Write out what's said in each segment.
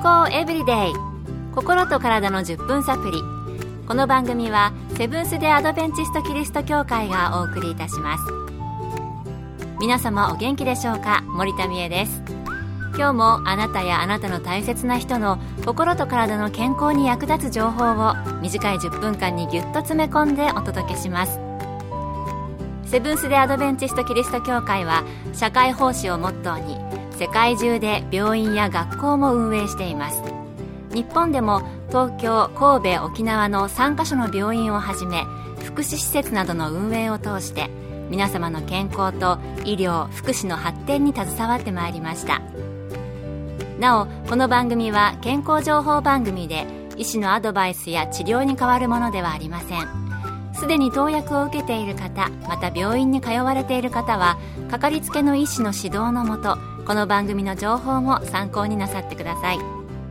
康エブリデイ、心と体の10分サプリ。この番組はセブンス・デ・アドベンチスト・キリスト教会がお送りいたします。皆様お元気でしょうか。森田美恵です。今日もあなたやあなたの大切な人の心と体の健康に役立つ情報を短い10分間にぎゅっと詰め込んでお届けします。セブンス・デ・アドベンチスト・キリスト教会は社会奉仕をモットーに世界中で病院や学校も運営しています。日本でも東京、神戸、沖縄の3カ所の病院をはじめ福祉施設などの運営を通して皆様の健康と医療・福祉の発展に携わってまいりました。なお、この番組は健康情報番組で医師のアドバイスや治療に代わるものではありません。すでに投薬を受けている方、また病院に通われている方はかかりつけの医師の指導のもと、この番組の情報も参考になさってください。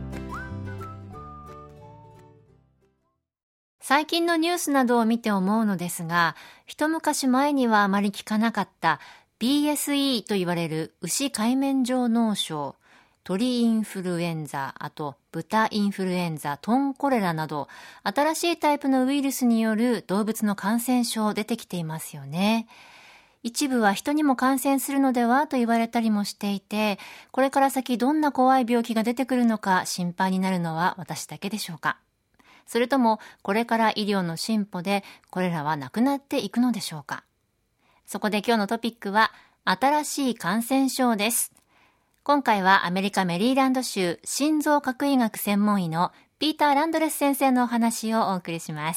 最近のニュースなどを見て思うのですが、一昔前にはあまり聞かなかった BSE と言われる牛海綿状脳症、鳥インフルエンザ、あと豚インフルエンザ、トンコレラなど新しいタイプのウイルスによる動物の感染症出てきていますよね。一部は人にも感染するのではと言われたりもしていて、これから先どんな怖い病気が出てくるのか心配になるのは私だけでしょうか。それともこれから医療の進歩でこれらはなくなっていくのでしょうか。そこで今日のトピックは新しい感染症です。今回はアメリカメリーランド州心臓核医学専門医のピーター・ランドレス先生のお話をお送りします。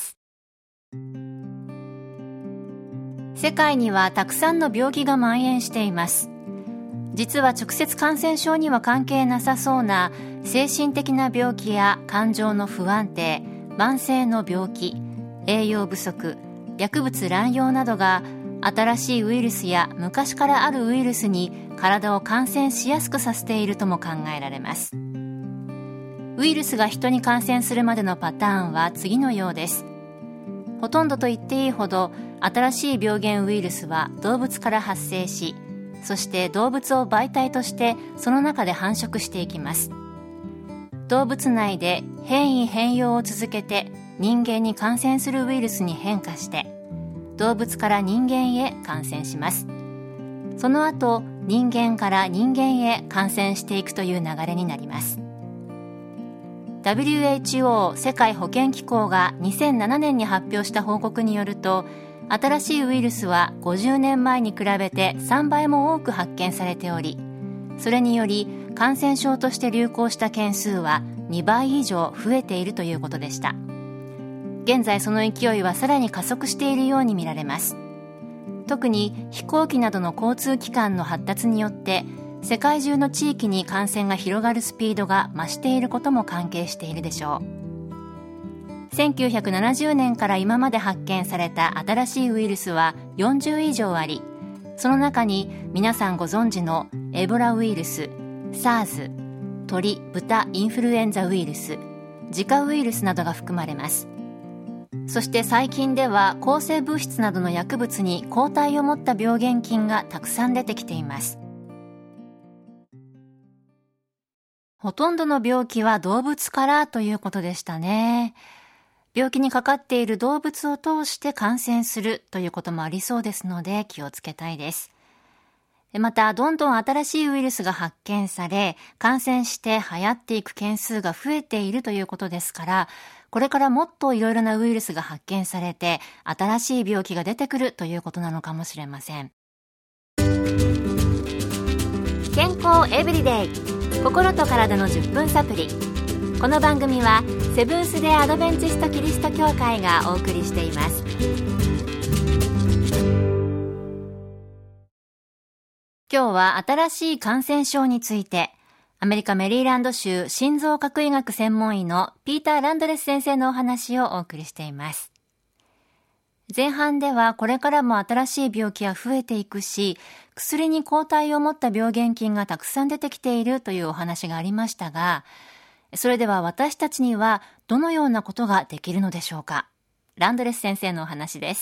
世界にはたくさんの病気が蔓延しています。実は直接感染症には関係なさそうな精神的な病気や感情の不安定、慢性の病気、栄養不足、薬物乱用などが新しいウイルスや昔からあるウイルスに体を感染しやすくさせているとも考えられます。ウイルスが人に感染するまでのパターンは次のようです。ほとんどと言っていいほど新しい病原ウイルスは動物から発生し、そして動物を媒体としてその中で繁殖していきます。動物内で変異変容を続けて人間に感染するウイルスに変化して動物から人間へ感染します。その後人間から人間へ感染していくという流れになります。 WHO 世界保健機構が2007年に発表した報告によると、新しいウイルスは50年前に比べて3倍も多く発見されており、それにより感染症として流行した件数は2倍以上増えているということでした。現在その勢いはさらに加速しているように見られます。特に飛行機などの交通機関の発達によって世界中の地域に感染が広がるスピードが増していることも関係しているでしょう。1970年から今まで発見された新しいウイルスは40以上あり、その中に皆さんご存知のエボラウイルス、SARS、鳥・豚インフルエンザウイルス、ジカウイルスなどが含まれます。そして最近では抗生物質などの薬物に抗体を持った病原菌がたくさん出てきています。ほとんどの病気は動物からということでしたね。病気にかかっている動物を通して感染するということもありそうですので気をつけたいです。またどんどん新しいウイルスが発見され、感染して流行っていく件数が増えているということですから、これからもっといろいろなウイルスが発見されて新しい病気が出てくるということなのかもしれません。健康エブリデイ、心と体の10分サプリ。この番組はセブンス・デ・アドベンチスト・キリスト教会がお送りしています。今日は新しい感染症について、アメリカメリーランド州心臓核医学専門医のピーター・ランドレス先生のお話をお送りしています。前半ではこれからも新しい病気は増えていくし、薬に抗体を持った病原菌がたくさん出てきているというお話がありましたが、それでは私たちにはどのようなことができるのでしょうか。ランドレス先生のお話です。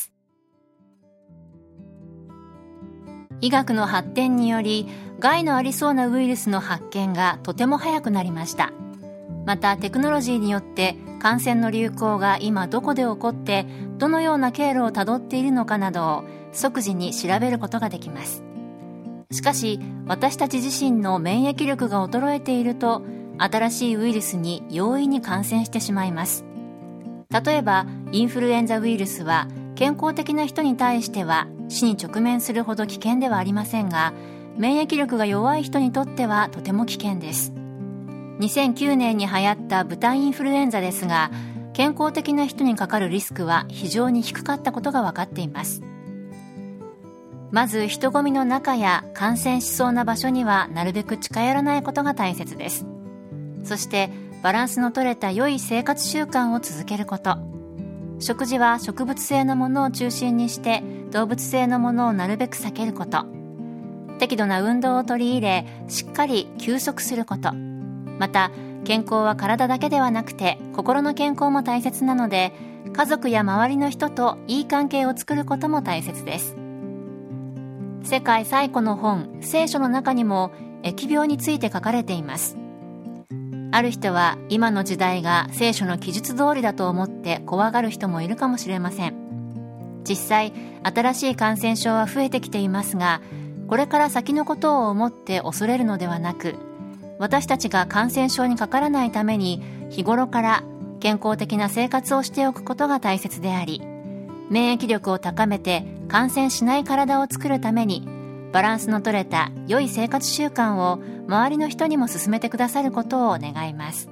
医学の発展により害のありそうなウイルスの発見がとても早くなりました。 またテクノロジーによって感染の流行が今どこで起こってどのような経路をたどっているのかなどを即時に調べることができます。しかし私たち自身の免疫力が衰えていると新しいウイルスに容易に感染してしまいます。例えばインフルエンザウイルスは健康的な人に対しては死に直面するほど危険ではありませんが、免疫力が弱い人にとってはとても危険です。2009年に流行った豚インフルエンザですが、健康的な人にかかるリスクは非常に低かったことが分かっています。まず人混みの中や感染しそうな場所にはなるべく近寄らないことが大切です。そしてバランスの取れた良い生活習慣を続けること。食事は植物性のものを中心にして動物性のものをなるべく避けること。適度な運動を取り入れしっかり休息すること。また健康は体だけではなくて心の健康も大切なので、家族や周りの人といい関係を作ることも大切です。世界最古の本聖書の中にも疫病について書かれています。ある人は今の時代が聖書の記述通りだと思って怖がる人もいるかもしれません。実際新しい感染症は増えてきていますが、これから先のことを思って恐れるのではなく、私たちが感染症にかからないために日頃から健康的な生活をしておくことが大切であり、免疫力を高めて感染しない体を作るためにバランスの取れた良い生活習慣を周りの人にも勧めてくださることを願います。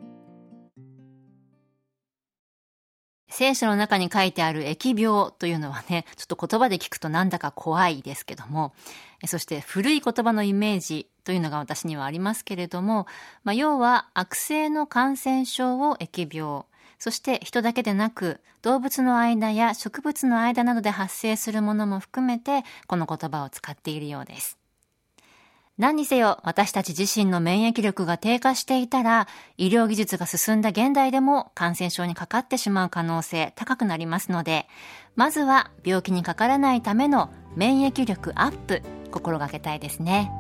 聖書の中に書いてある疫病というのはね、ちょっと言葉で聞くとなんだか怖いですけども、そして古い言葉のイメージというのが私にはありますけれども、要は悪性の感染症を疫病、そして人だけでなく動物の間や植物の間などで発生するものも含めてこの言葉を使っているようです。何にせよ私たち自身の免疫力が低下していたら、医療技術が進んだ現代でも感染症にかかってしまう可能性高くなりますので、まずは病気にかからないための免疫力アップ心がけたいですね。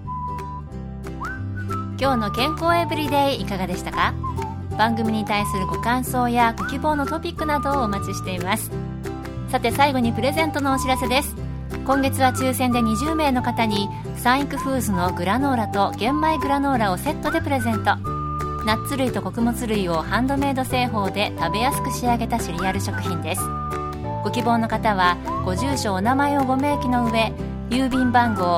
今日の健康エブリデイいかがでしたか？番組に対するご感想やご希望のトピックなどをお待ちしています。さて最後にプレゼントのお知らせです。今月は抽選で20名の方にサンイクフーズのグラノーラと玄米グラノーラをセットでプレゼント。ナッツ類と穀物類をハンドメイド製法で食べやすく仕上げたシリアル食品です。ご希望の方はご住所お名前をご明記の上、郵便番号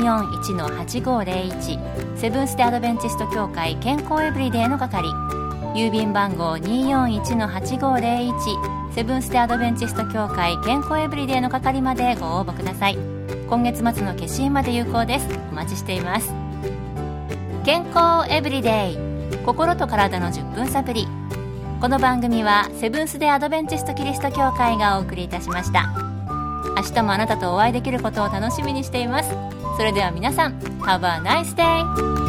241-8501 セブンステアドベンチスト協会健康エブリデイの係、郵便番号 241-8501 セブンステアドベンチスト協会健康エブリデイの係までご応募ください。今月末の消印まで有効です。お待ちしています。健康エブリデイ、心と体の10分サプリ。この番組はセブンス・デ・アドベンチスト・キリスト教会がお送りいたしました。明日もあなたとお会いできることを楽しみにしています。それでは皆さん Have a nice day!